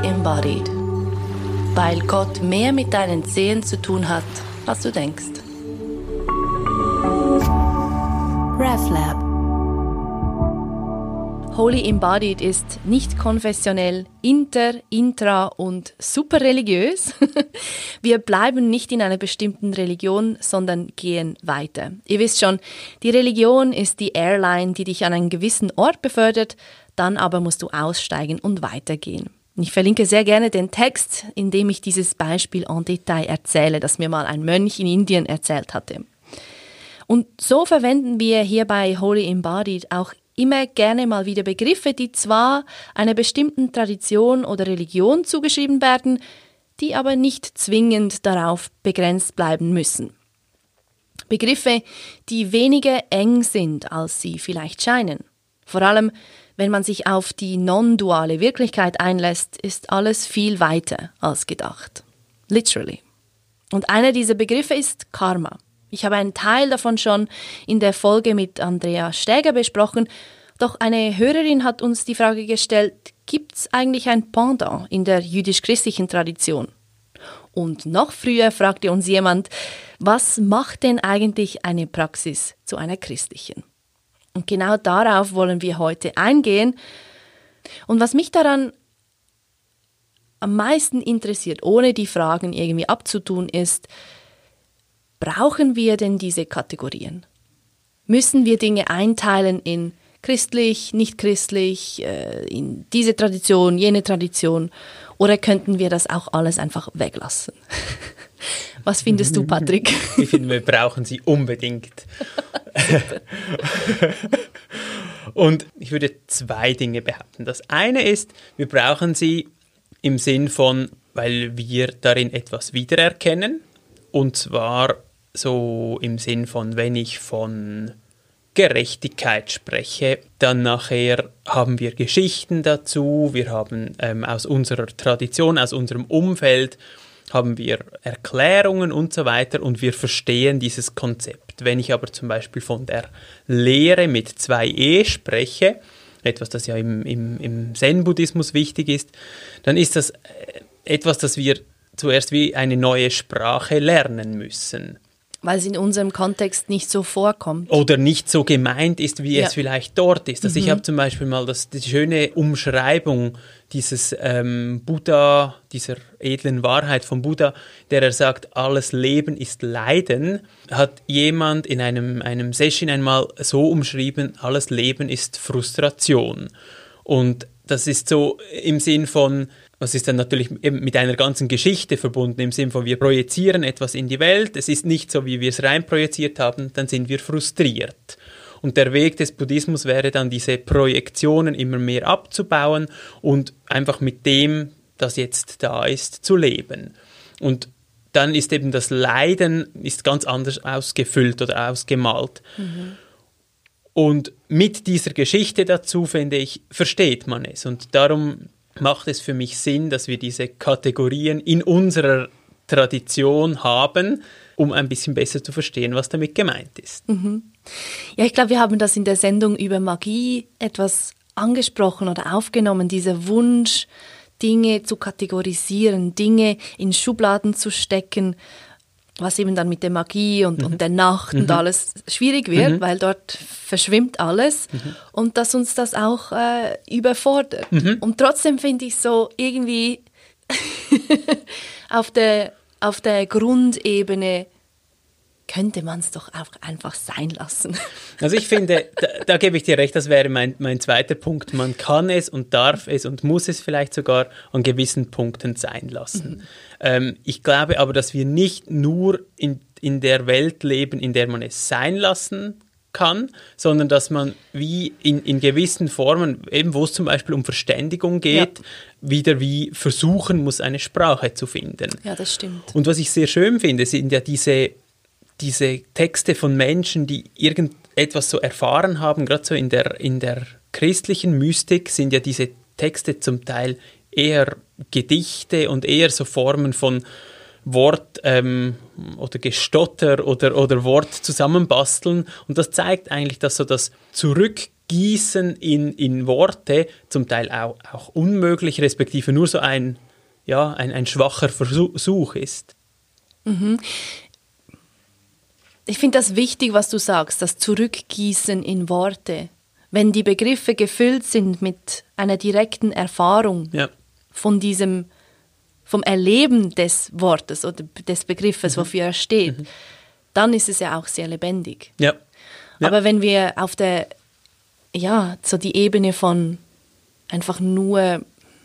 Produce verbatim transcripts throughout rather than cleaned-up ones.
Embodied. Weil Gott mehr mit deinen Zehen zu tun hat, als du denkst. RefLab. Holy Embodied ist nicht konfessionell, inter, intra und super religiös. Wir bleiben nicht in einer bestimmten Religion, sondern gehen weiter. Ihr wisst schon, die Religion ist die Airline, die dich an einen gewissen Ort befördert, dann aber musst du aussteigen und weitergehen. Ich verlinke sehr gerne den Text, in dem ich dieses Beispiel en Detail erzähle, das mir mal ein Mönch in Indien erzählt hatte. Und so verwenden wir hier bei Holy Embodied auch immer gerne mal wieder Begriffe, die zwar einer bestimmten Tradition oder Religion zugeschrieben werden, die aber nicht zwingend darauf begrenzt bleiben müssen. Begriffe, die weniger eng sind, als sie vielleicht scheinen. Vor allem, wenn man sich auf die non-duale Wirklichkeit einlässt, ist alles viel weiter als gedacht. Literally. Und einer dieser Begriffe ist Karma. Ich habe einen Teil davon schon in der Folge mit Andrea Steger besprochen, doch eine Hörerin hat uns die Frage gestellt, gibt es eigentlich ein Pendant in der jüdisch-christlichen Tradition? Und noch früher fragte uns jemand, was macht denn eigentlich eine Praxis zu einer christlichen? Und genau darauf wollen wir heute eingehen. Und was mich daran am meisten interessiert, ohne die Fragen irgendwie abzutun, ist, brauchen wir denn diese Kategorien? Müssen wir Dinge einteilen in christlich, nicht christlich, in diese Tradition, jene Tradition, oder könnten wir das auch alles einfach weglassen? Was findest du, Patrick? Ich finde, wir brauchen sie unbedingt. Und ich würde zwei Dinge behaupten. Das eine ist, wir brauchen sie im Sinn von, weil wir darin etwas wiedererkennen. Und zwar so im Sinn von, wenn ich von Gerechtigkeit spreche, dann nachher haben wir Geschichten dazu, wir haben ähm, aus unserer Tradition, aus unserem Umfeld, haben wir Erklärungen und so weiter und wir verstehen dieses Konzept. Wenn ich aber zum Beispiel von der Lehre mit zwei E spreche, etwas, das ja im, im, im Zen-Buddhismus wichtig ist, dann ist das etwas, das wir zuerst wie eine neue Sprache lernen müssen. Weil es in unserem Kontext nicht so vorkommt. Oder nicht so gemeint ist, wie ja. es vielleicht dort ist. Also mhm. ich habe zum Beispiel mal das, die schöne Umschreibung dieses ähm, Buddha, dieser edlen Wahrheit von Buddha, der er sagt, alles Leben ist Leiden, hat jemand in einem, einem Session einmal so umschrieben, alles Leben ist Frustration. Und das ist so im Sinn von, das ist dann natürlich eben mit einer ganzen Geschichte verbunden, im Sinne von, wir projizieren etwas in die Welt, es ist nicht so, wie wir es reinprojiziert haben, dann sind wir frustriert. Und der Weg des Buddhismus wäre dann, diese Projektionen immer mehr abzubauen und einfach mit dem, das jetzt da ist, zu leben. Und dann ist eben das Leiden ist ganz anders ausgefüllt oder ausgemalt. Mhm. Und mit dieser Geschichte dazu, finde ich, versteht man es. Und darum macht es für mich Sinn, dass wir diese Kategorien in unserer Tradition haben, um ein bisschen besser zu verstehen, was damit gemeint ist. Mhm. Ja, ich glaube, wir haben das in der Sendung über Magie etwas angesprochen oder aufgenommen, dieser Wunsch, Dinge zu kategorisieren, Dinge in Schubladen zu stecken, was eben dann mit der Magie und, mhm. und der Nacht mhm. und alles schwierig wird, mhm. weil dort verschwimmt alles mhm. und dass uns das auch äh, überfordert. Mhm. Und trotzdem finde ich so irgendwie auf der, auf der Grundebene könnte man es doch auch einfach sein lassen. Also ich finde, da, da gebe ich dir recht, das wäre mein, mein zweiter Punkt. Man kann es und darf es und muss es vielleicht sogar an gewissen Punkten sein lassen. Mhm. Ähm, ich glaube aber, dass wir nicht nur in, in der Welt leben, in der man es sein lassen kann, sondern dass man wie in, in gewissen Formen, eben wo es zum Beispiel um Verständigung geht, ja. wieder wie versuchen muss, eine Sprache zu finden. Ja, das stimmt. Und was ich sehr schön finde, sind ja diese diese Texte von Menschen, die irgendetwas so erfahren haben, gerade so in der, in der christlichen Mystik sind ja diese Texte zum Teil eher Gedichte und eher so Formen von Wort ähm, oder Gestotter oder, oder Wort zusammenbasteln. Und das zeigt eigentlich, dass so das Zurück Gießen in, in Worte zum Teil auch, auch unmöglich, respektive nur so ein, ja, ein, ein schwacher Versuch ist. Mhm. Ich finde das wichtig, was du sagst, das Zurückgießen in Worte. Wenn die Begriffe gefüllt sind mit einer direkten Erfahrung ja. von diesem, vom Erleben des Wortes oder des Begriffes, mhm. wofür er steht, mhm. dann ist es ja auch sehr lebendig. Ja. Ja. Aber wenn wir auf der, ja, so die Ebene von einfach nur,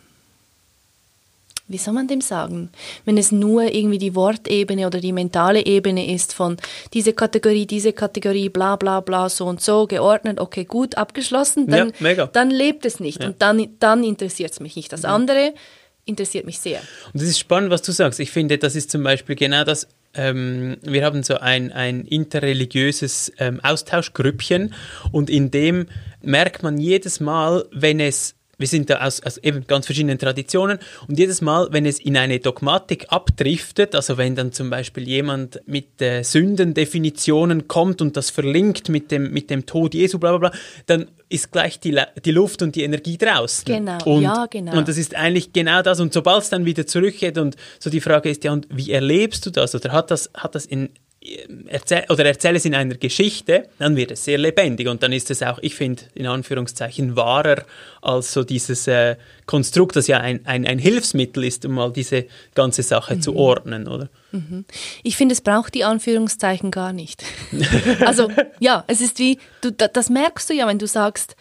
wie soll man dem sagen, wenn es nur irgendwie die Wortebene oder die mentale Ebene ist von diese Kategorie, diese Kategorie, bla bla bla, so und so, geordnet, okay, gut, abgeschlossen, dann, ja, mega. dann lebt es nicht ja. und dann, dann interessiert es mich nicht. Das andere interessiert mich sehr. Und das ist spannend, was du sagst. Ich finde, das ist zum Beispiel genau das, ähm, wir haben so ein, ein interreligiöses ähm, Austauschgrüppchen und in dem merkt man jedes Mal, wenn es wir sind da aus, aus eben ganz verschiedenen Traditionen und jedes Mal, wenn es in eine Dogmatik abdriftet, also wenn dann zum Beispiel jemand mit äh, Sündendefinitionen kommt und das verlinkt mit dem, mit dem Tod Jesu, bla bla bla, dann ist gleich die, die Luft und die Energie draußen. Genau, und, ja, genau. Und das ist eigentlich genau das. Und sobald es dann wieder zurückgeht und so die Frage ist, ja, und wie erlebst du das? Oder hat das, hat das in Erzähl, oder erzähle es in einer Geschichte, dann wird es sehr lebendig und dann ist es auch, ich finde, in Anführungszeichen wahrer als so dieses äh, Konstrukt, das ja ein, ein, ein Hilfsmittel ist, um mal diese ganze Sache mhm. zu ordnen, oder? Mhm. Ich finde, es braucht die Anführungszeichen gar nicht. Also ja, es ist wie, du, das merkst du ja, wenn du sagst,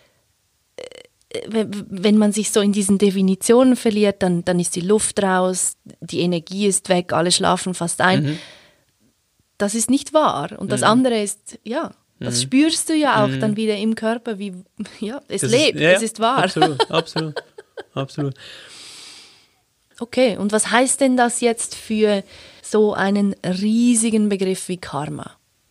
wenn man sich so in diesen Definitionen verliert, dann, dann ist die Luft raus, die Energie ist weg, alle schlafen fast ein. Mhm. Das ist nicht wahr. Und das mhm. andere ist, ja, das mhm. spürst du ja auch mhm. dann wieder im Körper, wie, ja, es das lebt, ist, ja, es ist wahr. Absolut, absolut, absolut. Okay, und was heißt denn das jetzt für so einen riesigen Begriff wie Karma?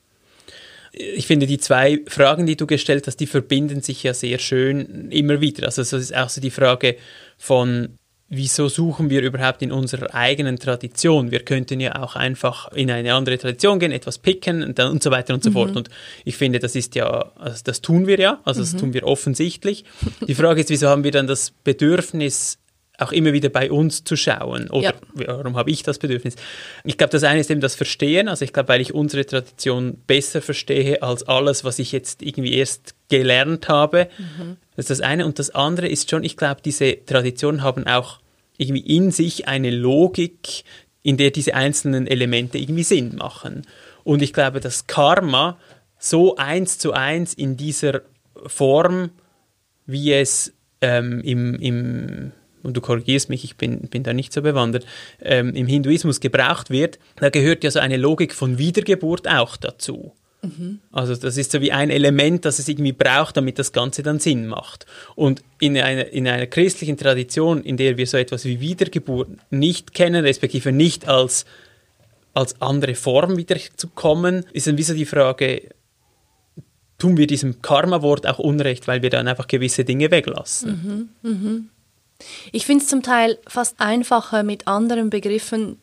Ich finde, die zwei Fragen, die du gestellt hast, die verbinden sich ja sehr schön immer wieder. Also es ist auch so die Frage von, wieso suchen wir überhaupt in unserer eigenen Tradition? Wir könnten ja auch einfach in eine andere Tradition gehen, etwas picken und, dann und so weiter und so mhm. fort. Und ich finde, das ist ja, also das tun wir ja, also das mhm. tun wir offensichtlich. Die Frage ist, wieso haben wir dann das Bedürfnis, auch immer wieder bei uns zu schauen? Oder ja. warum habe ich das Bedürfnis? Ich glaube, das eine ist eben das Verstehen. Also ich glaube, weil ich unsere Tradition besser verstehe als alles, was ich jetzt irgendwie erst gelernt habe. Mhm. Das ist das eine. Und das andere ist schon, ich glaube, diese Traditionen haben auch irgendwie in sich eine Logik, in der diese einzelnen Elemente irgendwie Sinn machen. Und ich glaube, dass Karma so eins zu eins in dieser Form, wie es ähm, im, im und du korrigierst mich, ich bin, bin da nicht so bewandert, ähm, im Hinduismus gebraucht wird, da gehört ja so eine Logik von Wiedergeburt auch dazu. Mhm. Also das ist so wie ein Element, das es irgendwie braucht, damit das Ganze dann Sinn macht. Und in einer, in einer christlichen Tradition, in der wir so etwas wie Wiedergeburt nicht kennen, respektive nicht als, als andere Form wiederzukommen, ist dann wie so die Frage, tun wir diesem Karma-Wort auch Unrecht, weil wir dann einfach gewisse Dinge weglassen. Mhm. Mhm. Ich finde es zum Teil fast einfacher, mit anderen Begriffen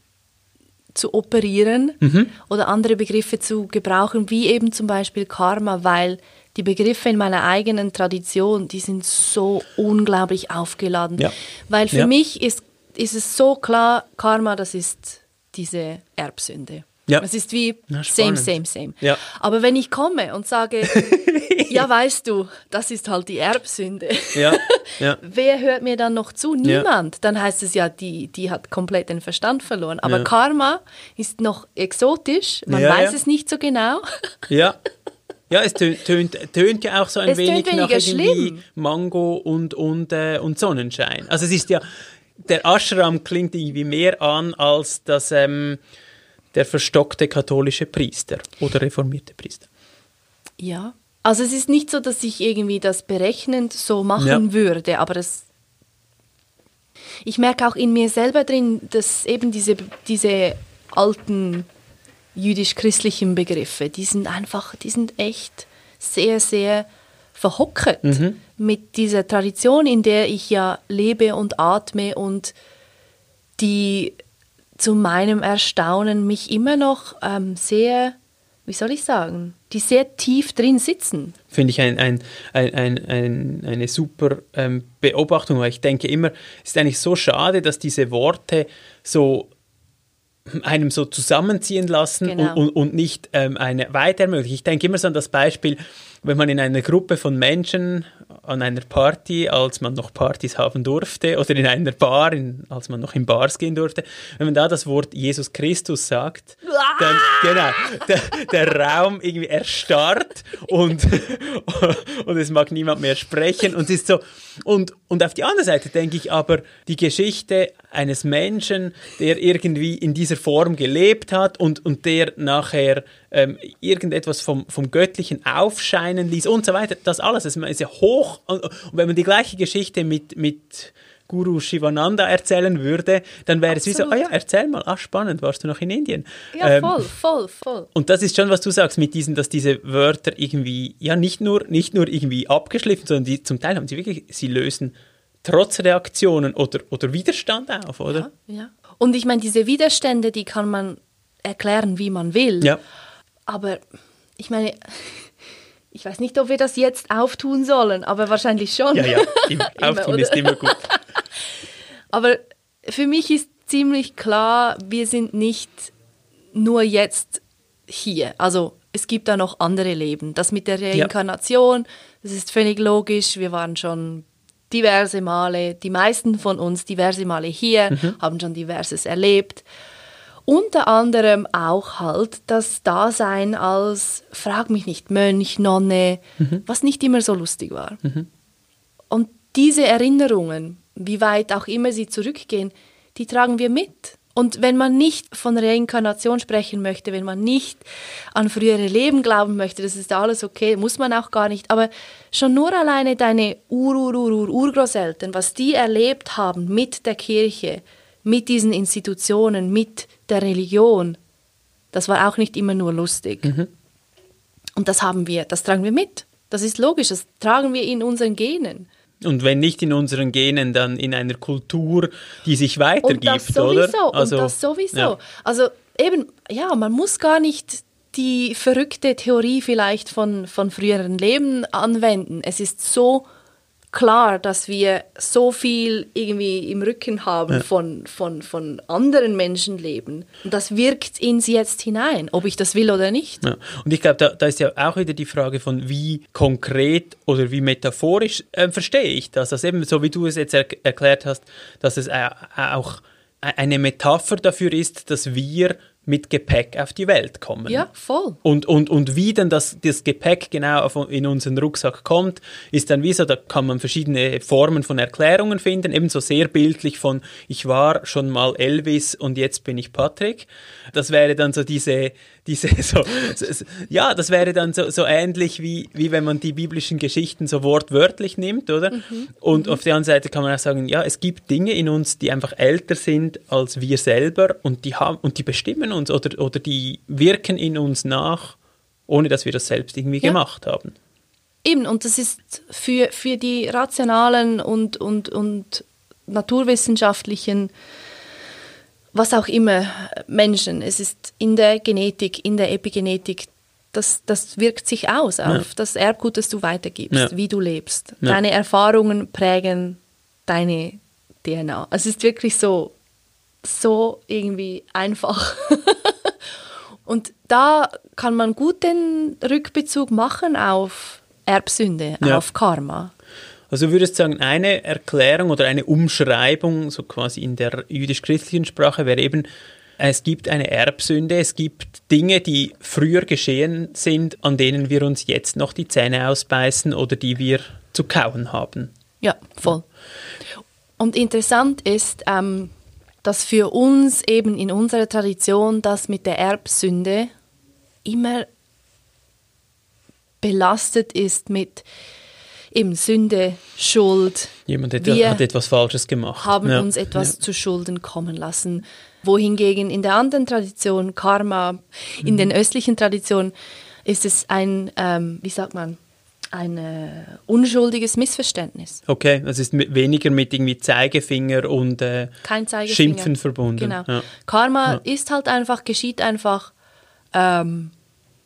zu operieren mhm. oder andere Begriffe zu gebrauchen, wie eben zum Beispiel Karma, weil die Begriffe in meiner eigenen Tradition, die sind so unglaublich aufgeladen. Ja. Weil für ja. mich ist, ist es so klar, Karma, das ist diese Erbsünde. Ja. Es ist wie Na, same, same, same. Ja. Aber wenn ich komme und sage, ja, weißt du, das ist halt die Erbsünde. Ja. Ja. Wer hört mir dann noch zu? Niemand. Ja. Dann heißt es ja, die, die hat komplett den Verstand verloren. Aber ja. Karma ist noch exotisch. Man ja, weiß ja. es nicht so genau. Ja. Ja, es tönt, tönt, tönt ja auch so ein es wenig nach irgendwie schlimm. Mango und, und, äh, und Sonnenschein. Also es ist ja, der Ashram klingt irgendwie mehr an als das... Ähm, der verstockte katholische Priester oder reformierte Priester. Ja, also es ist nicht so, dass ich irgendwie das berechnend so machen ja. würde, aber das, ich merke auch in mir selber drin, dass eben diese, diese alten jüdisch-christlichen Begriffe, die sind einfach, die sind echt sehr, sehr verhockert mhm. mit dieser Tradition, in der ich ja lebe und atme und die zu meinem Erstaunen mich immer noch ähm, sehr wie soll ich sagen, die sehr tief drin sitzen. Finde ich ein, ein, ein, ein, ein, eine super ähm, Beobachtung, weil ich denke immer, es ist eigentlich so schade, dass diese Worte so einem so zusammenziehen lassen Genau. und, und, und nicht ähm, eine weiter ermöglichen. Ich denke immer so an das Beispiel, wenn man in einer Gruppe von Menschen an einer Party, als man noch Partys haben durfte, oder in einer Bar, in, als man noch in Bars gehen durfte, wenn man da das Wort Jesus Christus sagt, dann, genau, der, der Raum irgendwie erstarrt und, und es mag niemand mehr sprechen und es ist so, und, und auf die andere Seite denke ich aber, die Geschichte eines Menschen, der irgendwie in dieser Form gelebt hat und, und der nachher ähm, irgendetwas vom, vom Göttlichen aufscheinen ließ und so weiter, das alles, das ist ja hoch, und, und wenn man die gleiche Geschichte mit, mit Guru Shivananda erzählen würde, dann wäre Absolut. Es wie so, ah ja, erzähl mal, ah spannend, warst du noch in Indien? Ja, ähm, voll, voll, voll. Und das ist schon, was du sagst, mit diesen, dass diese Wörter irgendwie, ja, nicht nur, nicht nur irgendwie abgeschliffen, sondern die, zum Teil haben sie wirklich, sie lösen Trotzreaktionen oder, oder Widerstand auf, oder? Ja, ja. Und ich meine, diese Widerstände, die kann man erklären, wie man will. Ja. Aber ich meine, ich weiß nicht, ob wir das jetzt auftun sollen, aber wahrscheinlich schon. Ja, ja, Im, auftun oder? Ist immer gut. Aber für mich ist ziemlich klar, wir sind nicht nur jetzt hier. Also es gibt da noch andere Leben. Das mit der Reinkarnation, ja. Das ist völlig logisch. Wir waren schon diverse Male, die meisten von uns diverse Male hier, mhm. haben schon Diverses erlebt. Unter anderem auch halt das Dasein als, frag mich nicht, Mönch, Nonne, mhm. was nicht immer so lustig war. Mhm. Und diese Erinnerungen, wie weit auch immer sie zurückgehen, die tragen wir mit. Und wenn man nicht von Reinkarnation sprechen möchte, wenn man nicht an frühere Leben glauben möchte, das ist alles okay, muss man auch gar nicht. Aber schon nur alleine deine Ur-Ur-Ur-Urgroßeltern, was die erlebt haben mit der Kirche, mit diesen Institutionen, mit der Religion, das war auch nicht immer nur lustig. Mhm. Und das haben wir, das tragen wir mit. Das ist logisch, das tragen wir in unseren Genen. Und wenn nicht in unseren Genen, dann in einer Kultur, die sich weitergibt, und das sowieso, oder? Also, und das sowieso. Ja. Also eben, ja, man muss gar nicht die verrückte Theorie vielleicht von, von früheren Leben anwenden. Es ist so klar, dass wir so viel irgendwie im Rücken haben ja. von, von, von anderen Menschenleben. Und das wirkt ins Jetzt hinein, ob ich das will oder nicht. Ja. Und ich glaube, da, da ist ja auch wieder die Frage von, wie konkret oder wie metaphorisch äh, verstehe ich das. Also eben so, wie du es jetzt er- erklärt hast, dass es äh, auch eine Metapher dafür ist, dass wir mit Gepäck auf die Welt kommen. Ja, voll. Und, und, und wie dann das, das Gepäck genau auf, in unseren Rucksack kommt, ist dann wie so, da kann man verschiedene Formen von Erklärungen finden, ebenso sehr bildlich von, ich war schon mal Elvis und jetzt bin ich Patrick. Das wäre dann so diese, diese so, so ja, das wäre dann so, so ähnlich wie, wie wenn man die biblischen Geschichten so wortwörtlich nimmt, oder? Mhm. Und mhm. auf der anderen Seite kann man auch sagen, ja, es gibt Dinge in uns, die einfach älter sind als wir selber und die haben, und die bestimmen uns oder, oder die wirken in uns nach, ohne dass wir das selbst irgendwie ja. gemacht haben. Eben, und das ist für, für die rationalen und, und, und naturwissenschaftlichen, was auch immer, Menschen, es ist in der Genetik, in der Epigenetik, das, das wirkt sich aus auf ja. das Erbgut, das du weitergibst, ja. wie du lebst. Ja. Deine Erfahrungen prägen deine D N A. Es ist wirklich so, so irgendwie einfach. Und da kann man gut den Rückbezug machen auf Erbsünde, ja. auf Karma. Also du würdest sagen, eine Erklärung oder eine Umschreibung, so quasi in der jüdisch-christlichen Sprache, wäre eben, es gibt eine Erbsünde, es gibt Dinge, die früher geschehen sind, an denen wir uns jetzt noch die Zähne ausbeißen oder die wir zu kauen haben. Ja, voll. Und interessant ist, ähm, dass für uns eben in unserer Tradition das mit der Erbsünde immer belastet ist mit eben Sünde, Schuld. Jemand hat, hat etwas Falsches gemacht. Haben ja. uns etwas ja. zu Schulden kommen lassen. Wohingegen in der anderen Tradition, Karma, in mhm. den östlichen Traditionen, ist es ein, ähm, wie sagt man, ein äh, unschuldiges Missverständnis. Okay, es ist mit, weniger mit irgendwie Zeigefinger und äh, Kein Zeigefinger. Schimpfen verbunden. Genau. Ja. Karma ja. ist halt einfach, geschieht einfach, ähm,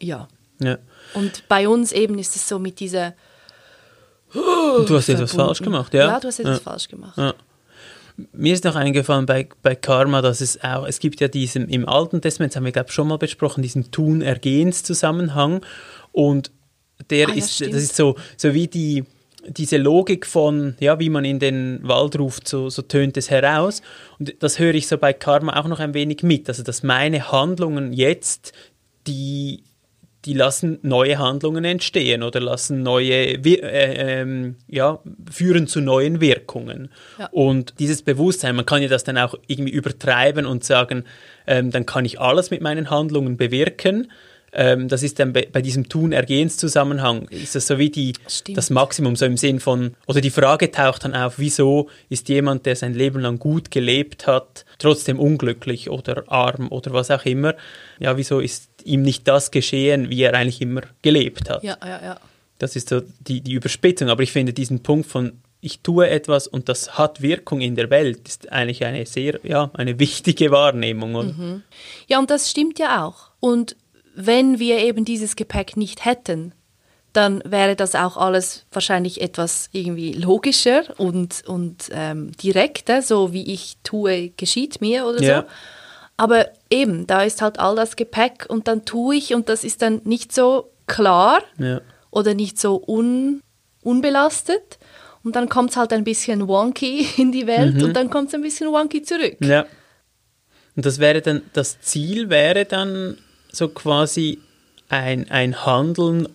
Ja. Ja. Und bei uns eben ist es so mit dieser... Und du hast etwas falsch gemacht, ja? Ja, du hast etwas ja. falsch gemacht. Ja. Mir ist noch eingefallen bei, bei Karma, dass es auch, es gibt ja diesen, im Alten Testament, das haben wir glaube ich schon mal besprochen, diesen Tun-Ergehens-Zusammenhang und der Ah, ja, ist, stimmt. das ist so, so wie die, diese Logik von, ja, wie man in den Wald ruft, so, so tönt es heraus und das höre ich so bei Karma auch noch ein wenig mit, also dass meine Handlungen jetzt, die die lassen neue Handlungen entstehen oder lassen neue, äh, ähm, ja, führen zu neuen Wirkungen. Ja. Und dieses Bewusstsein, man kann ja das dann auch irgendwie übertreiben und sagen, ähm, dann kann ich alles mit meinen Handlungen bewirken. Ähm, das ist dann bei, bei diesem Tun-Ergehens-Zusammenhang, ist das so wie die, das Maximum, so im Sinn von, oder die Frage taucht dann auf, wieso ist jemand, der sein Leben lang gut gelebt hat, trotzdem unglücklich oder arm oder was auch immer, ja, wieso ist ihm nicht das geschehen, wie er eigentlich immer gelebt hat. Ja, ja, ja. Das ist so die, die Überspitzung, aber ich finde diesen Punkt von, ich tue etwas und das hat Wirkung in der Welt, ist eigentlich eine sehr, ja, eine wichtige Wahrnehmung. Oder? Mhm. Ja, und das stimmt ja auch. Und wenn wir eben dieses Gepäck nicht hätten, dann wäre das auch alles wahrscheinlich etwas irgendwie logischer und, und ähm, direkter, so wie ich tue, geschieht mir oder Ja. so. Aber eben, da ist halt all das Gepäck und dann tue ich und das ist dann nicht so klar Ja. oder nicht so un, unbelastet. Und dann kommt es halt ein bisschen wonky in die Welt Mhm. und dann kommt es ein bisschen wonky zurück. Ja. Und das wäre dann, das Ziel wäre dann so quasi ein, ein Handeln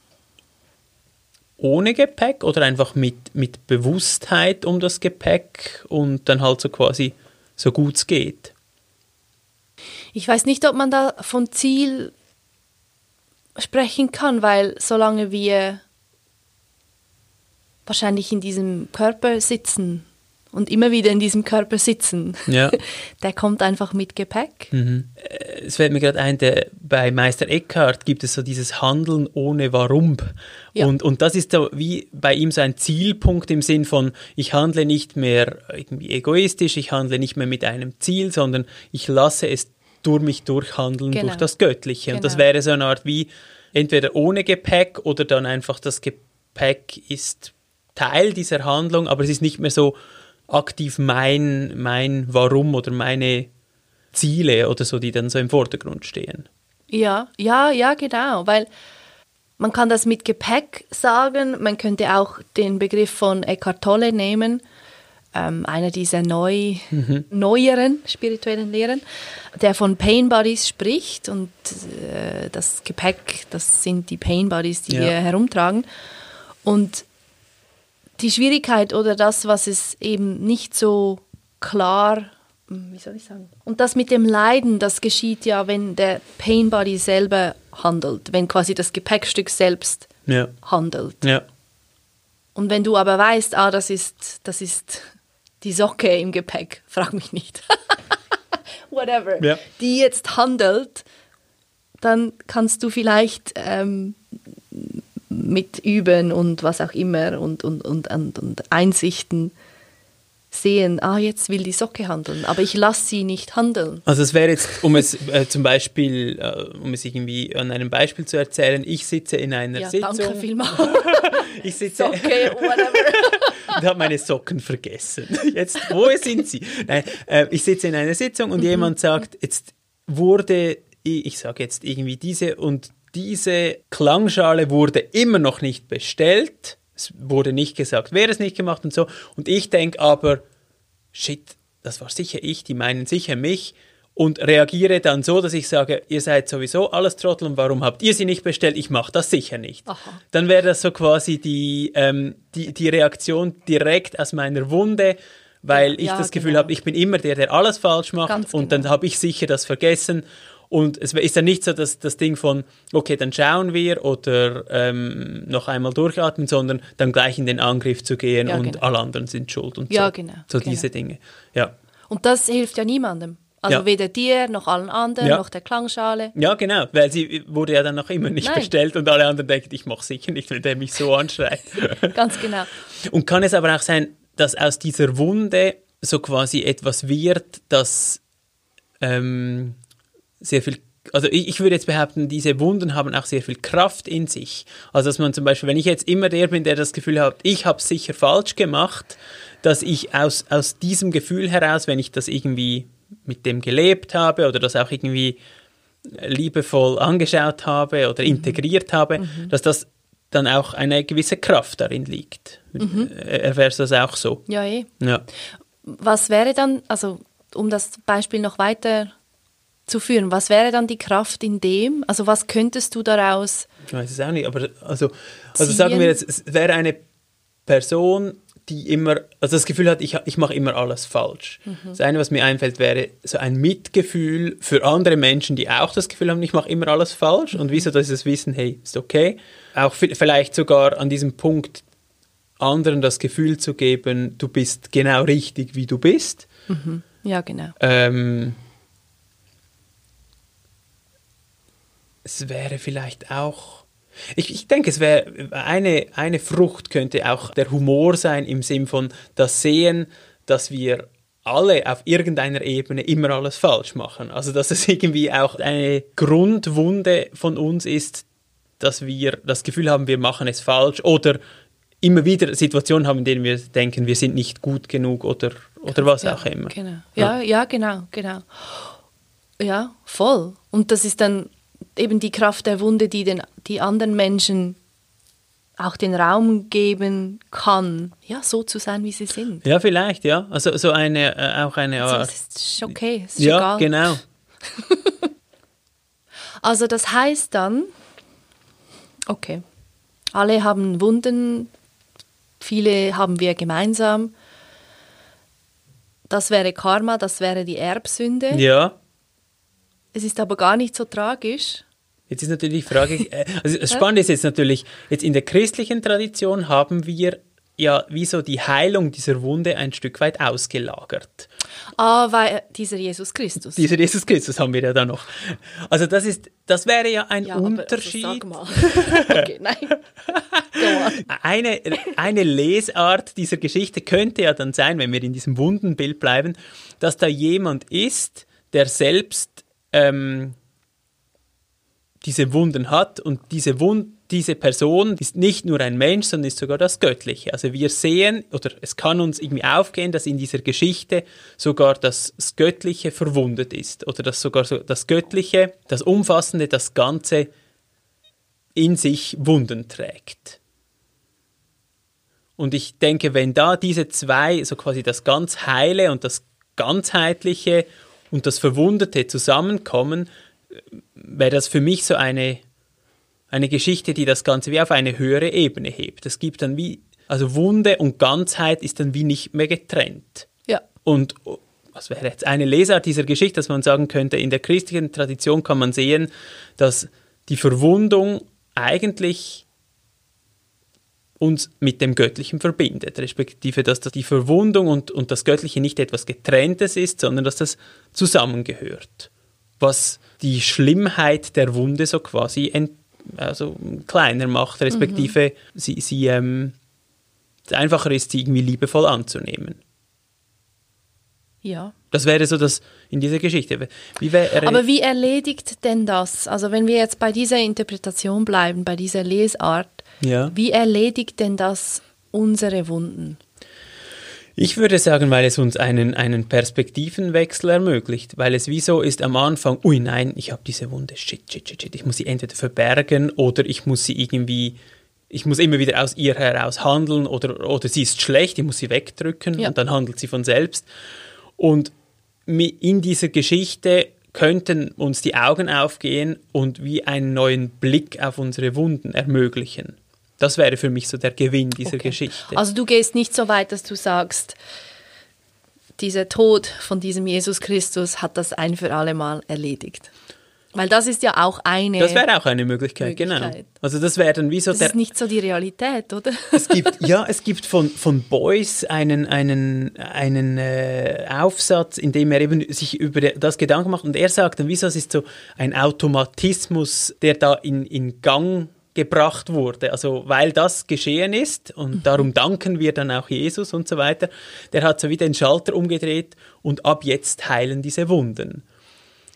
ohne Gepäck oder einfach mit, mit Bewusstheit um das Gepäck und dann halt so quasi so gut es geht. Ich weiß nicht, ob man da von Ziel sprechen kann, weil solange wir wahrscheinlich in diesem Körper sitzen und immer wieder in diesem Körper sitzen, Ja. der kommt einfach mit Gepäck. Mhm. Äh, Es fällt mir gerade ein, der, bei Meister Eckhart gibt es so dieses Handeln ohne Warum. Ja. Und, und das ist so wie bei ihm so ein Zielpunkt im Sinn von, ich handle nicht mehr irgendwie egoistisch, ich handle nicht mehr mit einem Ziel, sondern ich lasse es durch mich durchhandeln, Genau. durch das Göttliche. Und Genau. das wäre so eine Art wie entweder ohne Gepäck oder dann einfach das Gepäck ist Teil dieser Handlung, aber es ist nicht mehr so aktiv mein, mein Warum oder meine Ziele oder so, die dann so im Vordergrund stehen. Ja, ja, ja, genau, weil man kann das mit Gepäck sagen, man könnte auch den Begriff von Eckhart Tolle nehmen, ähm, einer dieser neu, Mhm. neueren spirituellen Lehren, der von Pain Bodies spricht und äh, das Gepäck, das sind die Pain Bodies, die Ja. wir herumtragen und die Schwierigkeit oder das, was es eben nicht so klar, wie soll ich sagen? Und das mit dem Leiden, das geschieht ja, wenn der Pain Body selber handelt, wenn quasi das Gepäckstück selbst Ja. handelt. Ja. Und wenn du aber weißt, ah, das ist, das ist die Socke im Gepäck, frag mich nicht. Whatever. Ja. Die jetzt handelt, dann kannst du vielleicht ähm, mit Üben und was auch immer und, und, und, und, und Einsichten sehen, ah, jetzt will die Socke handeln, aber ich lasse sie nicht handeln. Also es wäre jetzt, um es äh, zum Beispiel, äh, um es irgendwie an einem Beispiel zu erzählen, ich sitze in einer Ja, Sitzung. danke vielmals. Ich sitze Socke, whatever. und habe meine Socken vergessen. Jetzt, wo sind sie? Nein, äh, ich sitze in einer Sitzung und Mhm. jemand sagt, jetzt wurde, ich, ich sage jetzt irgendwie diese und diese Klangschale wurde immer noch nicht bestellt. Es wurde nicht gesagt, wer es nicht gemacht und so. Und ich denke aber, shit, das war sicher ich, die meinen sicher mich. Und reagiere dann so, dass ich sage, ihr seid sowieso alles Trottel und warum habt ihr sie nicht bestellt? Ich mache das sicher nicht. Aha. Dann wäre das so quasi die, ähm, die, die Reaktion direkt aus meiner Wunde, weil ich Ja, das Gefühl genau. habe, ich bin immer der, der alles falsch macht Ganz und genau. dann habe ich sicher das vergessen. Und es ist dann nicht so dass das Ding von, okay, dann schauen wir oder ähm, noch einmal durchatmen, sondern dann gleich in den Angriff zu gehen Ja, und genau. alle anderen sind schuld und Ja, so. genau, So genau. diese Dinge, ja. Und das hilft ja niemandem. Also Ja. weder dir, noch allen anderen, Ja. noch der Klangschale. Ja, genau, weil sie wurde ja dann noch immer nicht Nein. bestellt und alle anderen denken, ich mache sicher nicht, wenn der mich so anschreit. Ganz genau. Und kann es aber auch sein, dass aus dieser Wunde so quasi etwas wird, das ähm, sehr viel also ich, ich würde jetzt behaupten, diese Wunden haben auch sehr viel Kraft in sich. Also dass man zum Beispiel, wenn ich jetzt immer der bin, der das Gefühl hat, ich habe es sicher falsch gemacht, dass ich aus, aus diesem Gefühl heraus, wenn ich das irgendwie mit dem gelebt habe oder das auch irgendwie liebevoll angeschaut habe oder integriert habe, mhm. dass das dann auch eine gewisse Kraft darin liegt. Mhm. Erfährst du das auch so? Ja, eh. Ja. Was wäre dann, also um das Beispiel noch weiter zu führen, was wäre dann die Kraft in dem? Also was könntest du daraus Ich weiß es auch nicht, aber also, also sagen wir jetzt, es wäre eine Person, die immer, also das Gefühl hat, ich, ich mache immer alles falsch. Mhm. Das eine, was mir einfällt, wäre so ein Mitgefühl für andere Menschen, die auch das Gefühl haben, ich mache immer alles falsch. Mhm. Und wieso dieses Wissen, hey, ist okay. Auch vielleicht sogar an diesem Punkt anderen das Gefühl zu geben, du bist genau richtig, wie du bist. Mhm. Ja, genau. Ähm, es wäre vielleicht auch... Ich, ich denke, es wäre eine, eine Frucht könnte auch der Humor sein, im Sinn von das Sehen, dass wir alle auf irgendeiner Ebene immer alles falsch machen. Also dass es irgendwie auch eine Grundwunde von uns ist, dass wir das Gefühl haben, wir machen es falsch oder immer wieder Situationen haben, in denen wir denken, wir sind nicht gut genug oder, oder was ja, auch immer. Genau. Ja, ja, ja, genau, genau. Ja, voll. Und das ist dann eben die Kraft der Wunde, die den die anderen Menschen auch den Raum geben kann, ja, so zu sein, wie sie sind. Ja, vielleicht, ja. Also so eine, äh, auch eine Art. Also, es ist okay, es ist ja, egal. Genau. Also das heißt dann, okay, alle haben Wunden, viele haben wir gemeinsam. Das wäre Karma, das wäre die Erbsünde. Ja. Es ist aber gar nicht so tragisch. Jetzt ist natürlich die Frage, also das Spannende ist jetzt natürlich, jetzt in der christlichen Tradition haben wir ja wieso die Heilung dieser Wunde ein Stück weit ausgelagert. Ah, weil dieser Jesus Christus. Dieser Jesus Christus haben wir ja da noch. Also das ist, das wäre ja ein ja, Unterschied. Aber, also sag mal. Okay, nein. eine, eine Lesart dieser Geschichte könnte ja dann sein, wenn wir in diesem Wundenbild bleiben, dass da jemand ist, der selbst ähm, diese Wunden hat und diese, Wund, diese Person ist nicht nur ein Mensch, sondern ist sogar das Göttliche. Also wir sehen, oder es kann uns irgendwie aufgehen, dass in dieser Geschichte sogar das, das Göttliche verwundet ist oder dass sogar so das Göttliche, das Umfassende, das Ganze in sich Wunden trägt. Und ich denke, wenn da diese zwei, so quasi das ganz Heile und das Ganzheitliche und das Verwundete zusammenkommen, wäre das für mich so eine, eine Geschichte, die das Ganze wie auf eine höhere Ebene hebt. Es gibt dann wie, also Wunde und Ganzheit ist dann wie nicht mehr getrennt. Ja. Und was wäre jetzt eine Lesart dieser Geschichte, dass man sagen könnte, in der christlichen Tradition kann man sehen, dass die Verwundung eigentlich uns mit dem Göttlichen verbindet, respektive, dass die Verwundung und, und das Göttliche nicht etwas Getrenntes ist, sondern dass das zusammengehört. Was die Schlimmheit der Wunde so quasi ent, also kleiner macht, respektive mhm. sie, sie ähm, es einfacher ist, sie irgendwie liebevoll anzunehmen. Ja. Das wäre so das in dieser Geschichte. Wie wäre, Aber wie erledigt denn das? Also wenn wir jetzt bei dieser Interpretation bleiben, bei dieser Lesart, ja. Wie erledigt denn das unsere Wunden? Ich würde sagen, weil es uns einen, einen Perspektivenwechsel ermöglicht, weil es wie so ist am Anfang, ui nein, ich habe diese Wunde, shit, shit, shit, shit, ich muss sie entweder verbergen oder ich muss sie irgendwie, ich muss immer wieder aus ihr heraus handeln oder, oder sie ist schlecht, ich muss sie wegdrücken ja. Und dann handelt sie von selbst. Und in dieser Geschichte könnten uns die Augen aufgehen und wie einen neuen Blick auf unsere Wunden ermöglichen. Das wäre für mich so der Gewinn dieser okay. Geschichte. Also du gehst nicht so weit, dass du sagst, dieser Tod von diesem Jesus Christus hat das ein für alle Mal erledigt. Weil das ist ja auch eine Das wäre auch eine Möglichkeit, Möglichkeit. Genau. Also das wäre dann wie so das der... ist nicht so die Realität, oder? Es gibt, ja, es gibt von, von Beuys einen, einen, einen äh, Aufsatz, in dem er eben sich über das Gedanken macht und er sagt dann, wieso es ist so ein Automatismus, der da in, in Gang gebracht wurde, also weil das geschehen ist und mhm. darum danken wir dann auch Jesus und so weiter, der hat so wie den Schalter umgedreht und ab jetzt heilen diese Wunden.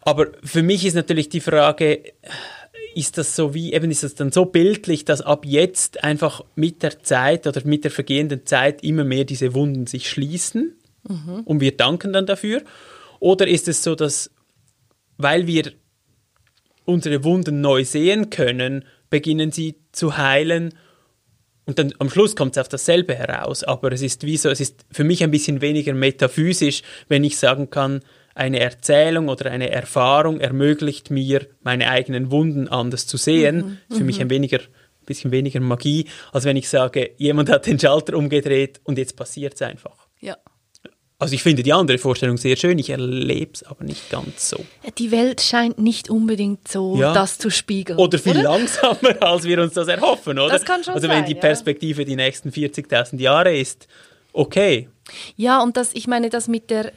Aber für mich ist natürlich die Frage, ist das so wie, eben ist das dann so bildlich, dass ab jetzt einfach mit der Zeit oder mit der vergehenden Zeit immer mehr diese Wunden sich schließen mhm. und wir danken dann dafür? Oder ist es so, dass, weil wir unsere Wunden neu sehen können, beginnen sie zu heilen und dann am Schluss kommt es auf dasselbe heraus, aber es ist wie so, es ist für mich ein bisschen weniger metaphysisch, wenn ich sagen kann, eine Erzählung oder eine Erfahrung ermöglicht mir, meine eigenen Wunden anders zu sehen. Mhm, das ist für mich ein weniger, bisschen weniger Magie, als wenn ich sage, jemand hat den Schalter umgedreht und jetzt passiert es einfach. Ja. Also ich finde die andere Vorstellung sehr schön, ich erlebe es aber nicht ganz so. Die Welt scheint nicht unbedingt so ja. das zu spiegeln. Oder viel oder? langsamer, als wir uns das erhoffen, oder? Das kann schon also sein, wenn die Perspektive ja. die nächsten vierzigtausend Jahre ist, okay. Ja, und das, ich meine, das mit der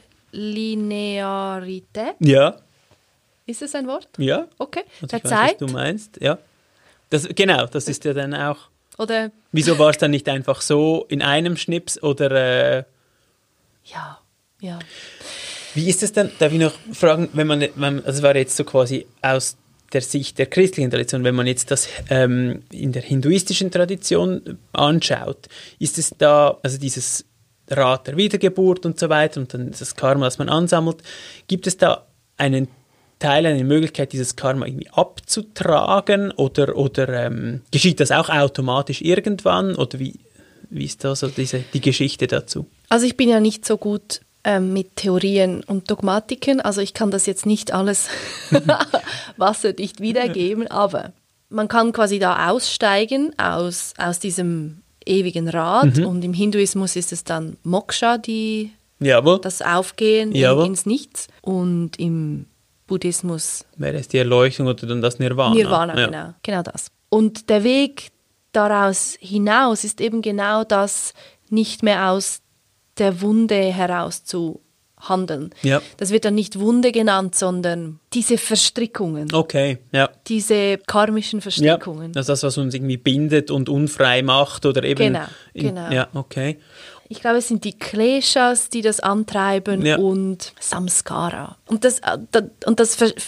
Linearität. Ja. Ist das ein Wort? Ja. Okay. Also der ich weiß, Zeit. was du meinst, ja. Das, genau, das ist ja dann auch... Oder... Wieso war es dann nicht einfach so in einem Schnips oder... Äh, ja, ja. Wie ist es dann, darf ich noch fragen, wenn man, wenn, also es war jetzt so quasi aus der Sicht der christlichen Tradition, wenn man jetzt das ähm, in der hinduistischen Tradition anschaut, ist es da, also dieses Rad der Wiedergeburt und so weiter und dann das Karma, das man ansammelt, gibt es da einen Teil, eine Möglichkeit, dieses Karma irgendwie abzutragen oder, oder ähm, geschieht das auch automatisch irgendwann oder wie, wie ist da so diese, die Geschichte dazu? Also ich bin ja nicht so gut ähm, mit Theorien und Dogmatiken, also ich kann das jetzt nicht alles wasserdicht wiedergeben, aber man kann quasi da aussteigen aus, aus diesem ewigen Rad mhm. und im Hinduismus ist es dann Moksha, die, Jawohl. das Aufgehen in, ins Nichts und im Buddhismus wäre es die Erleuchtung oder dann das Nirvana. Nirvana, ja. genau, genau das. Und der Weg daraus hinaus ist eben genau das, nicht mehr aus der Wunde heraus zu handeln. Ja. Das wird dann nicht Wunde genannt, sondern diese Verstrickungen. Okay, ja. Diese karmischen Verstrickungen. Ja, das ist das, was uns irgendwie bindet und unfrei macht oder eben... Genau, in, genau. Ja, okay. Ich glaube, es sind die Kleshas, die das antreiben ja. und Samskara. Und das, und das äh,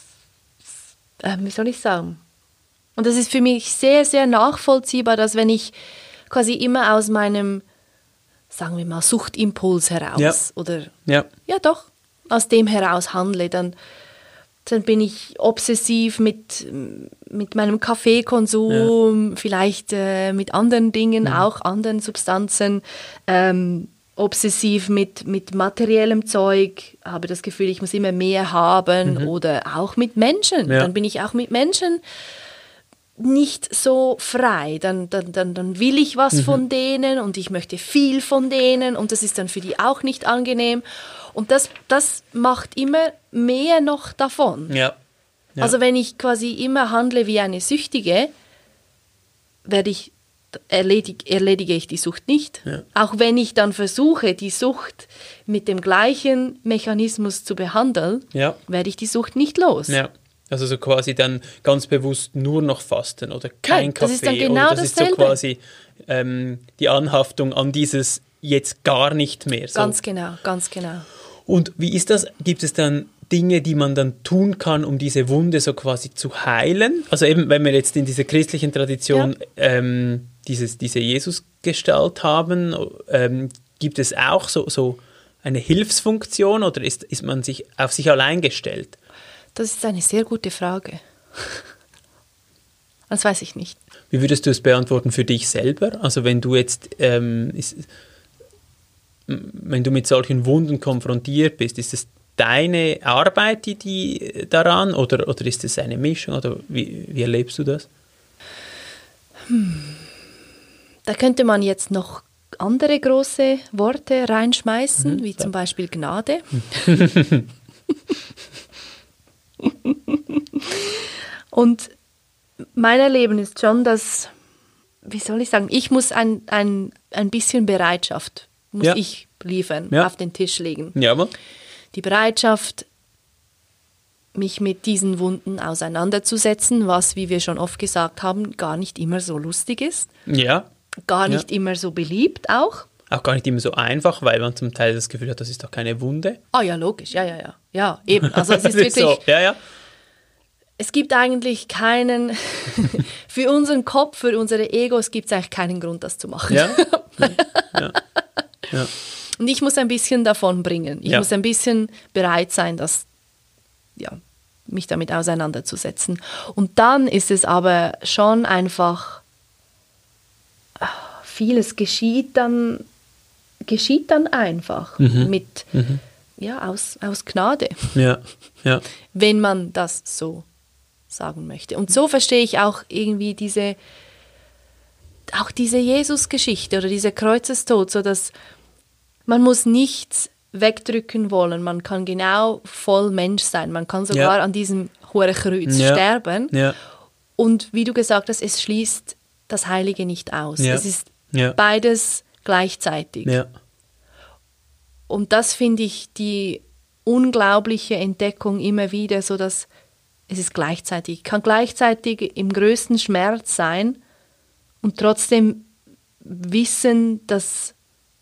wie soll ich sagen? Und das ist für mich sehr, sehr nachvollziehbar, dass wenn ich quasi immer aus meinem, sagen wir mal, Suchtimpuls heraus ja. oder ja. ja doch, aus dem heraus handle, dann, dann bin ich obsessiv mit, mit meinem Kaffeekonsum, ja. vielleicht äh, mit anderen Dingen, mhm. auch anderen Substanzen, ähm, obsessiv mit, mit materiellem Zeug, habe das Gefühl, ich muss immer mehr haben mhm. oder auch mit Menschen. Ja. Dann bin ich auch mit Menschen nicht so frei, dann, dann, dann, dann will ich was mhm. von denen und ich möchte viel von denen und das ist dann für die auch nicht angenehm und das, das macht immer mehr noch davon. Ja. Ja. Also wenn ich quasi immer handle wie eine Süchtige, werde ich, erledig, erledige ich die Sucht nicht. Ja. Auch wenn ich dann versuche, die Sucht mit dem gleichen Mechanismus zu behandeln, ja. werde ich die Sucht nicht los. Ja. Also so quasi dann ganz bewusst nur noch fasten oder kein Nein, Kaffee. Das ist dann genau oder das dasselbe. ist so quasi ähm, die Anhaftung an dieses jetzt gar nicht mehr. So. Ganz genau, ganz genau. Und wie ist das? Gibt es dann Dinge, die man dann tun kann, um diese Wunde so quasi zu heilen? Also eben, wenn wir jetzt in dieser christlichen Tradition ja. ähm, dieses, diese Jesusgestalt haben, ähm, gibt es auch so, so eine Hilfsfunktion oder ist, ist man sich auf sich allein gestellt? Das ist eine sehr gute Frage. Das weiß ich nicht. Wie würdest du es beantworten für dich selber? Also wenn du jetzt, ähm, ist, wenn du mit solchen Wunden konfrontiert bist, ist es deine Arbeit, die, die daran oder, oder ist es eine Mischung? Oder wie, wie erlebst du das? Hm. Da könnte man jetzt noch andere große Worte reinschmeißen, mhm. wie zum Beispiel Gnade. Und mein Erleben ist schon, dass, wie soll ich sagen, ich muss ein, ein, ein bisschen Bereitschaft, muss ja. ich liefern, ja. auf den Tisch legen. Ja, aber. Die Bereitschaft, mich mit diesen Wunden auseinanderzusetzen, was, wie wir schon oft gesagt haben, gar nicht immer so lustig ist. Ja. Gar nicht ja. immer so beliebt auch. auch gar nicht immer so einfach, weil man zum Teil das Gefühl hat, das ist doch keine Wunde. Ah ja, logisch, ja, ja, ja. Ja, eben. Also es ist wirklich... so. Ja, ja. Es gibt eigentlich keinen, für unseren Kopf, für unsere Egos gibt es eigentlich keinen Grund, das zu machen. Ja, ja, ja. Und ich muss ein bisschen davon bringen. Ich ja. muss ein bisschen bereit sein, das, ja, mich damit auseinanderzusetzen. Und dann ist es aber schon einfach, vieles geschieht dann, geschieht dann einfach mhm. mit, mhm. ja, aus, aus Gnade. Ja, ja. Wenn man das so sagen möchte. Und so verstehe ich auch irgendwie diese, auch diese Jesus-Geschichte oder diese Kreuzestod, so dass man muss nichts wegdrücken wollen. Man kann genau voll Mensch sein. Man kann sogar ja. an diesem hohen Kreuz ja. sterben. Ja. Und wie du gesagt hast, es schließt das Heilige nicht aus. Ja. Es ist ja. beides gleichzeitig. Ja. Und das finde ich die unglaubliche Entdeckung immer wieder, so dass es ist gleichzeitig. Ich kann gleichzeitig im größten Schmerz sein und trotzdem wissen, dass,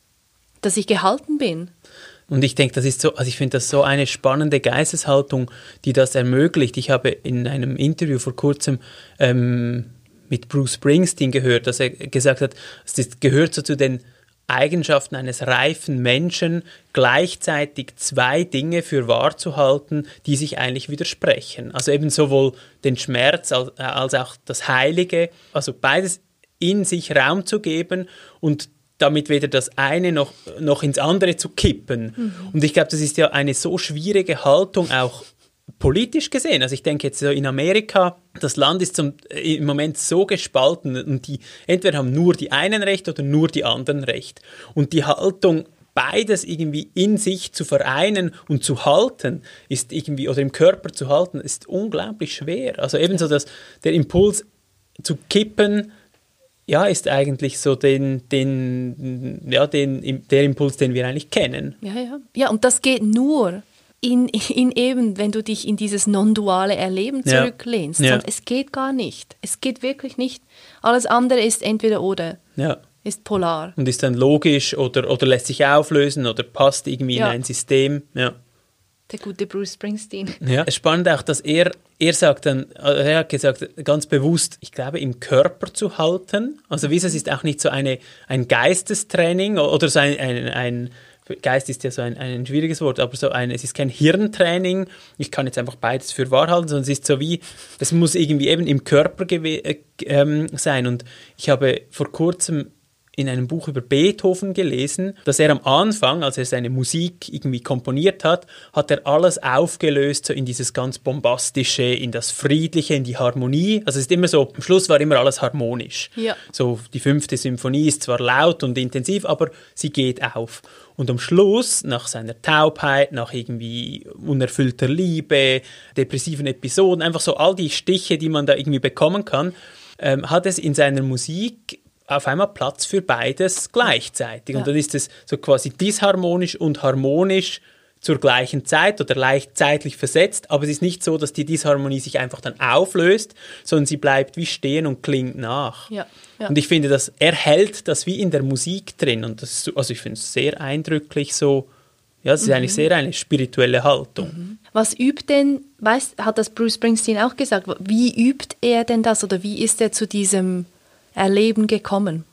dass ich gehalten bin. Und ich denke, das ist so, also ich finde das so eine spannende Geisteshaltung, die das ermöglicht. Ich habe in einem Interview vor kurzem ähm, mit Bruce Springsteen gehört, dass er gesagt hat, es gehört so zu den Eigenschaften eines reifen Menschen, gleichzeitig zwei Dinge für wahr zu halten, die sich eigentlich widersprechen. Also eben sowohl den Schmerz als, als auch das Heilige, also beides in sich Raum zu geben und damit weder das eine noch, noch ins andere zu kippen. Mhm. Und ich glaube, das ist ja eine so schwierige Haltung auch politisch gesehen. Also ich denke jetzt so in Amerika, das Land ist zum, im Moment so gespalten und die entweder haben nur die einen Recht oder nur die anderen Recht. Und die Haltung, beides irgendwie in sich zu vereinen und zu halten, ist irgendwie, oder im Körper zu halten, ist unglaublich schwer. Also ebenso, dass der Impuls zu kippen, ja, ist eigentlich so den, den, ja, den, der Impuls, den wir eigentlich kennen. Ja, ja. Ja, und das geht nur In, in eben, wenn du dich in dieses non-duale Erleben zurücklehnst. Ja. Ja. Es geht gar nicht. Es geht wirklich nicht. Alles andere ist entweder oder. Ja. Ist polar. Und ist dann logisch oder, oder lässt sich auflösen oder passt irgendwie ja. in ein System. Ja. Der gute Bruce Springsteen. Ja. Es ist spannend auch, dass er, er sagt dann, er hat gesagt, ganz bewusst, ich glaube, im Körper zu halten. Also wie es ist auch nicht so eine, ein Geistestraining oder so ein, ein, ein Geist ist ja so ein, ein schwieriges Wort, aber so ein, es ist kein Hirntraining, ich kann jetzt einfach beides für wahr halten, sondern es ist so wie, das muss irgendwie eben im Körper gew- äh, ähm, sein. Und ich habe vor kurzem in einem Buch über Beethoven gelesen, dass er am Anfang, als er seine Musik irgendwie komponiert hat, hat er alles aufgelöst, so in dieses ganz Bombastische, in das Friedliche, in die Harmonie. Also es ist immer so, am Schluss war immer alles harmonisch. Ja. So, die fünfte Symphonie ist zwar laut und intensiv, aber sie geht auf. Und am Schluss, nach seiner Taubheit, nach irgendwie unerfüllter Liebe, depressiven Episoden, einfach so all die Stiche, die man da irgendwie bekommen kann, ähm, hat es in seiner Musik auf einmal Platz für beides gleichzeitig. Ja. Und dann ist es so quasi disharmonisch und harmonisch zur gleichen Zeit oder leicht zeitlich versetzt, aber es ist nicht so, dass die Disharmonie sich einfach dann auflöst, sondern sie bleibt wie stehen und klingt nach. Ja. Ja. Und ich finde, dass er hält das wie in der Musik drin und das ist so, also ich finde es sehr eindrücklich so, ja, es ist mhm. eigentlich sehr eine spirituelle Haltung. Mhm. Was übt denn, weißt, hat das Bruce Springsteen auch gesagt, wie übt er denn das oder wie ist er zu diesem Erleben gekommen?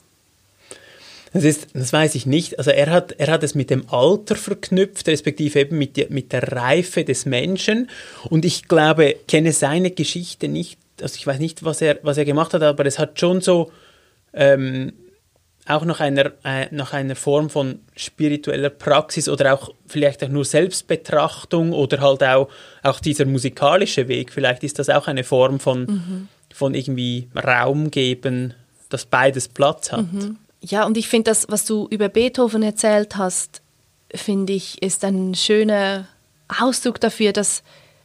Das, ist, das weiß ich nicht. Also er hat, er hat es mit dem Alter verknüpft, respektive eben mit, der, mit der Reife des Menschen. Und ich glaube, ich kenne seine Geschichte nicht, also ich weiß nicht, was er, was er gemacht hat, aber es hat schon so ähm, auch nach einer, äh, nach einer Form von spiritueller Praxis oder auch vielleicht auch nur Selbstbetrachtung oder halt auch, auch dieser musikalische Weg, vielleicht ist das auch eine Form von, mhm. von irgendwie Raum geben, dass beides Platz hat. Mhm. Ja, und ich finde das, was du über Beethoven erzählt hast, finde ich, ist ein schöner Ausdruck dafür, dass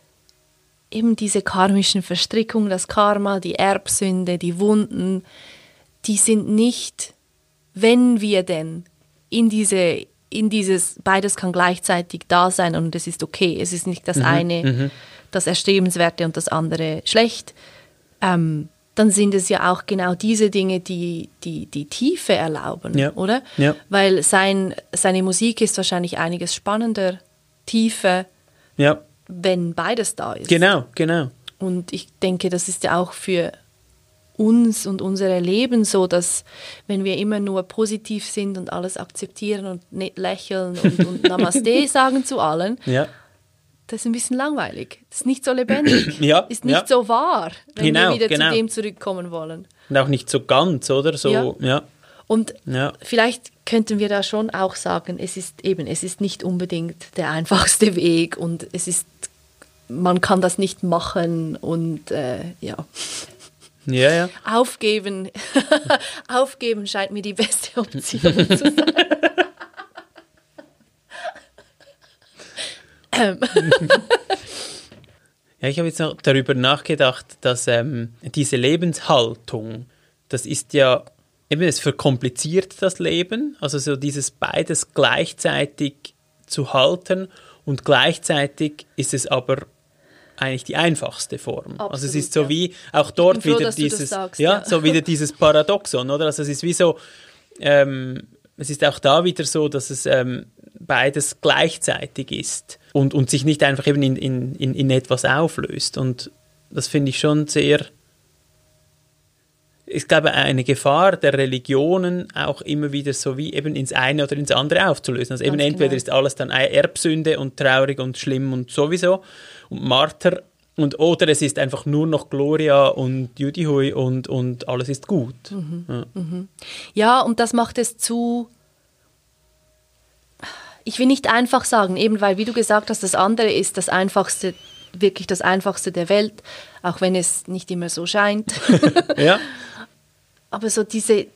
eben diese karmischen Verstrickungen, das Karma, die Erbsünde, die Wunden, die sind nicht, wenn wir denn in diese, in dieses, beides kann gleichzeitig da sein und es ist okay, es ist nicht das mhm, eine, mhm. das Erstrebenswerte und das andere schlecht. Ähm, dann sind es ja auch genau diese Dinge, die die, die Tiefe erlauben, ja. oder? Ja. Weil sein, seine Musik ist wahrscheinlich einiges spannender, tiefer, ja. wenn beides da ist. Genau, genau. Und ich denke, das ist ja auch für uns und unser Leben so, dass wenn wir immer nur positiv sind und alles akzeptieren und nicht lächeln und, und Namaste sagen zu allen, ja. das ist ein bisschen langweilig. Das ist nicht so lebendig. ja, ist nicht ja. so wahr, wenn genau, wir wieder genau. zu dem zurückkommen wollen. Und auch nicht so ganz, oder? So, ja. ja. Und ja. vielleicht könnten wir da schon auch sagen, es ist eben, es ist nicht unbedingt der einfachste Weg und es ist, man kann das nicht machen und äh, ja. Ja, ja. Aufgeben. Aufgeben scheint mir die beste Option zu sein. ähm. Ja, ich habe jetzt noch darüber nachgedacht, dass ähm, diese Lebenshaltung, das ist ja, eben es verkompliziert das Leben, also so dieses beides gleichzeitig zu halten und gleichzeitig ist es aber eigentlich die einfachste Form. Absolut, also es ist so ja. wie auch dort froh, wieder dieses, sagst, ja, ja. so wieder dieses Paradoxon, oder? Also es ist wie so, ähm, es ist auch da wieder so, dass es ähm, beides gleichzeitig ist und, und sich nicht einfach eben in, in, in, in etwas auflöst. Und das finde ich schon sehr, ich glaube, eine Gefahr der Religionen auch immer wieder so wie eben ins eine oder ins andere aufzulösen. Also eben Ganz entweder genau. ist alles dann Erbsünde und traurig und schlimm und sowieso und Marter und oder es ist einfach nur noch Gloria und Judihui und, und alles ist gut. Mhm. Ja. Mhm. ja, und das macht es zu, ich will nicht einfach sagen, eben weil, wie du gesagt hast, das andere ist das Einfachste, wirklich das Einfachste der Welt, auch wenn es nicht immer so scheint. ja. Aber so diese,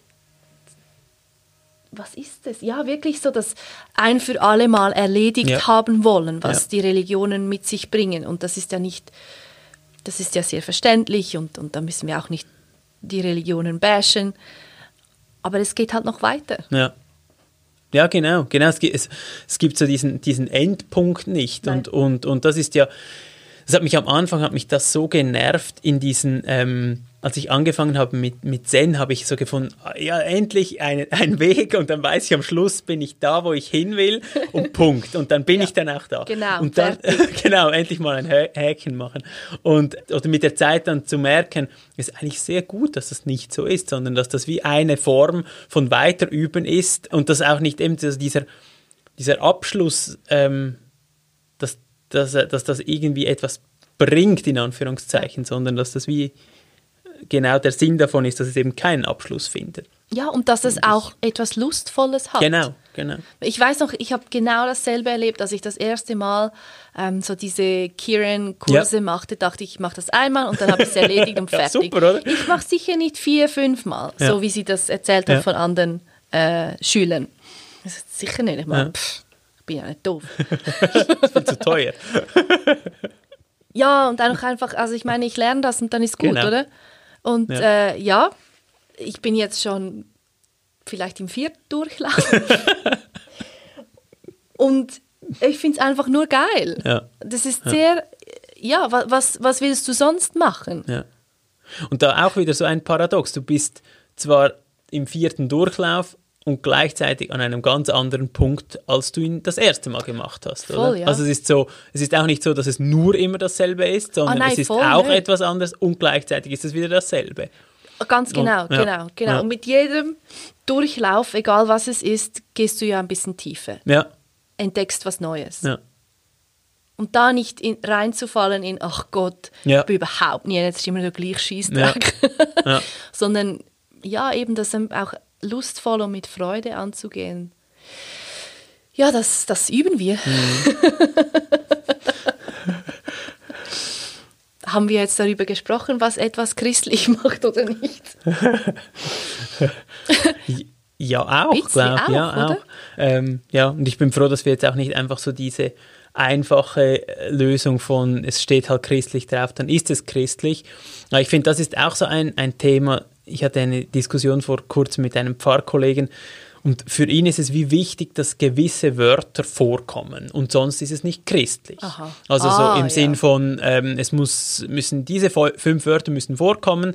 was ist das? Ja, wirklich so das ein für alle Mal erledigt ja. haben wollen, was ja. die Religionen mit sich bringen. Und das ist ja nicht, das ist ja sehr verständlich und, und da müssen wir auch nicht die Religionen bashen. Aber es geht halt noch weiter. Ja. Ja, genau. genau. Es, gibt, es, es gibt so diesen, diesen Endpunkt nicht. Und, und, und das ist ja, das hat mich am Anfang, hat mich das so genervt in diesen, ähm, als ich angefangen habe mit, mit Zen, habe ich so gefunden, ja, endlich ein, ein Weg und dann weiß ich, am Schluss bin ich da, wo ich hin will und Punkt. Und dann bin ja, ich dann auch da. Genau, und dann, genau, endlich mal ein Hä- Häkchen machen. Und, oder mit der Zeit dann zu merken, ist eigentlich sehr gut, dass das nicht so ist, sondern dass das wie eine Form von Weiterüben ist und dass auch nicht eben dieser, dieser Abschluss, ähm, dass, dass, dass das irgendwie etwas bringt, in Anführungszeichen, sondern dass das wie genau der Sinn davon ist, dass es eben keinen Abschluss findet. Ja, und dass es auch etwas Lustvolles hat. Genau, genau. Ich weiß noch, ich habe genau dasselbe erlebt, als ich das erste Mal ähm, so diese Kiran-Kurse ja. machte, dachte ich, ich mache das einmal und dann habe ich es erledigt und fertig. Ja, super, oder? Ich mache sicher nicht vier, fünf Mal, ja. so wie sie das erzählt hat ja. von anderen äh, Schülern. Das ist sicher nicht. Ich meine, ja. pff, ich bin ja nicht doof. Das ist viel zu teuer. Ja, und auch einfach, also ich meine, ich lerne das und dann ist gut, genau. oder? Und ja. Äh, ja, ich bin jetzt schon vielleicht im vierten Durchlauf. Und ich finde es einfach nur geil. Ja. Das ist ja. sehr, ja, was, was willst du sonst machen? Ja. Und da auch wieder so ein Paradox. Du bist zwar im vierten Durchlauf und gleichzeitig an einem ganz anderen Punkt, als du ihn das erste Mal gemacht hast. Voll, oder? Ja. Also es ist so, es ist auch nicht so, dass es nur immer dasselbe ist, sondern oh nein, es ist voll, auch ne? etwas anderes und gleichzeitig ist es wieder dasselbe. Ganz genau, und, ja. genau, genau. Ja. Und mit jedem Durchlauf, egal was es ist, gehst du ja ein bisschen tiefer. Ja. Entdeckst was Neues. Ja. Und da nicht in, reinzufallen in, ach Gott, ja. ich bin überhaupt nie, jetzt ist immer der gleiche Scheissdreck. Ja. Ja. Sondern ja, eben das auch lustvoll und mit Freude anzugehen. Ja, das, das üben wir. Mhm. Haben wir jetzt darüber gesprochen, was etwas christlich macht oder nicht? Ja, auch, glaube ich. Ja, oder? auch. Ähm, ja, und ich bin froh, dass wir jetzt auch nicht einfach so diese einfache Lösung von, es steht halt christlich drauf, dann ist es christlich. Aber ich finde, das ist auch so ein, ein Thema. Ich hatte eine Diskussion vor kurzem mit einem Pfarrkollegen und für ihn ist es wie wichtig, dass gewisse Wörter vorkommen und sonst ist es nicht christlich. Aha. Also ah, so im ja. Sinn von, ähm, es muss, müssen diese fünf Wörter müssen vorkommen,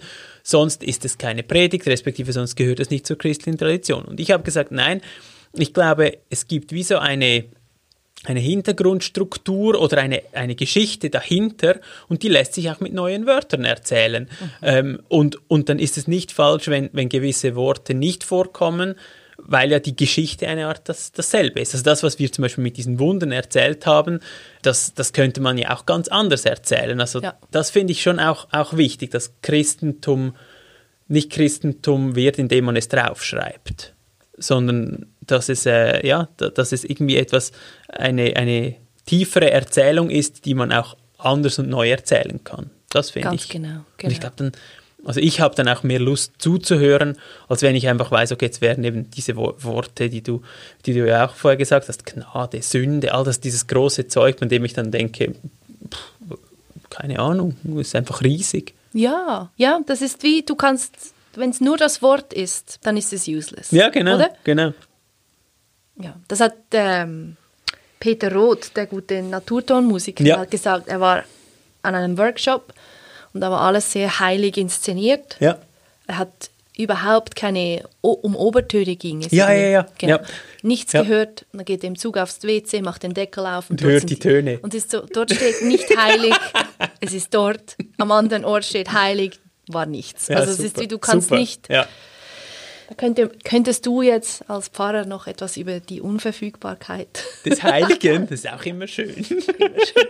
sonst ist es keine Predigt, respektive sonst gehört es nicht zur christlichen Tradition. Und ich habe gesagt, nein, ich glaube, es gibt wie so eine, eine Hintergrundstruktur oder eine, eine Geschichte dahinter und die lässt sich auch mit neuen Wörtern erzählen. Mhm. Ähm, und, und dann ist es nicht falsch, wenn, wenn gewisse Worte nicht vorkommen, weil ja die Geschichte eine Art das, dasselbe ist. Also das, was wir zum Beispiel mit diesen Wundern erzählt haben, das, das könnte man ja auch ganz anders erzählen. Also ja. Das finde ich schon auch, auch wichtig, dass Christentum nicht Christentum wird, indem man es draufschreibt, sondern dass es, äh, ja, dass es irgendwie etwas, eine, eine tiefere Erzählung ist, die man auch anders und neu erzählen kann. Das finde ich. Ganz genau. genau. Und ich glaube dann, Also ich habe dann auch mehr Lust zuzuhören, als wenn ich einfach weiß, okay, jetzt werden eben diese Wo- Worte, die du, die du ja auch vorher gesagt hast, Gnade, Sünde, all das, dieses große Zeug, von dem ich dann denke, pff, keine Ahnung, ist einfach riesig. Ja, ja, das ist wie, du kannst, wenn es nur das Wort ist, dann ist es useless. Ja, genau, oder? genau. Ja, das hat ähm, Peter Roth, der gute Naturtonmusiker, Ja. hat gesagt, er war an einem Workshop und da war alles sehr heilig inszeniert. Ja. Er hat überhaupt keine, o- um Obertöne ging es. Ja, irgendwie. ja, ja. Genau. Ja. Nichts Ja. gehört, und dann geht er im Zug aufs W C, macht den Deckel auf und, Und hört dort die sind Töne. Und es ist so, dort steht nicht heilig, es ist dort. Am anderen Ort steht heilig, war nichts. Ja, also es super. ist wie, du kannst Super. nicht... Ja. Da könnte, könntest du jetzt als Pfarrer noch etwas über die Unverfügbarkeit... Des Heiligen, das ist auch immer schön. Immer schön.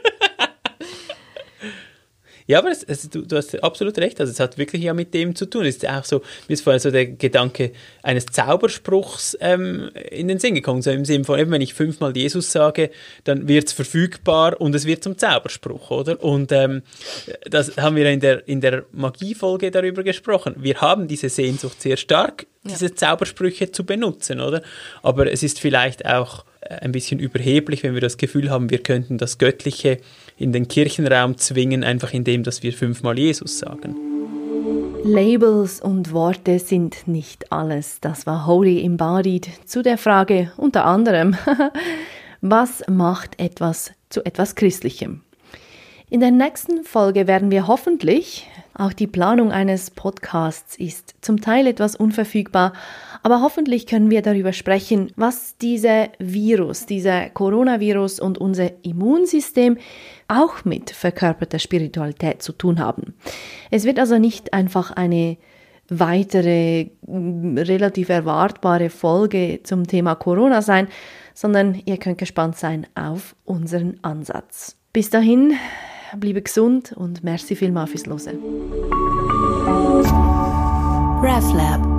Ja, aber es, es, du, du hast absolut recht. Also es hat wirklich ja mit dem zu tun. Es ist auch so, mir ist vorher so der Gedanke eines Zauberspruchs ähm, in den Sinn gekommen. So im Sinne von, eben, wenn ich fünfmal Jesus sage, dann wird es verfügbar und es wird zum Zauberspruch, oder? Und ähm, das haben wir in der, in der Magiefolge darüber gesprochen. Wir haben diese Sehnsucht sehr stark, diese ja. Zaubersprüche zu benutzen, oder? Aber es ist vielleicht auch ein bisschen überheblich, wenn wir das Gefühl haben, wir könnten das Göttliche in den Kirchenraum zwingen, einfach indem, dass wir fünfmal Jesus sagen. Labels und Worte sind nicht alles. Das war Holy Embodied zu der Frage unter anderem, was macht etwas zu etwas Christlichem? In der nächsten Folge werden wir hoffentlich, auch die Planung eines Podcasts ist zum Teil etwas unverfügbar, aber hoffentlich können wir darüber sprechen, was dieser Virus, dieser Coronavirus und unser Immunsystem auch mit verkörperter Spiritualität zu tun haben. Es wird also nicht einfach eine weitere, relativ erwartbare Folge zum Thema Corona sein, sondern ihr könnt gespannt sein auf unseren Ansatz. Bis dahin, bleibe gesund und merci vielmals fürs Hören. RefLab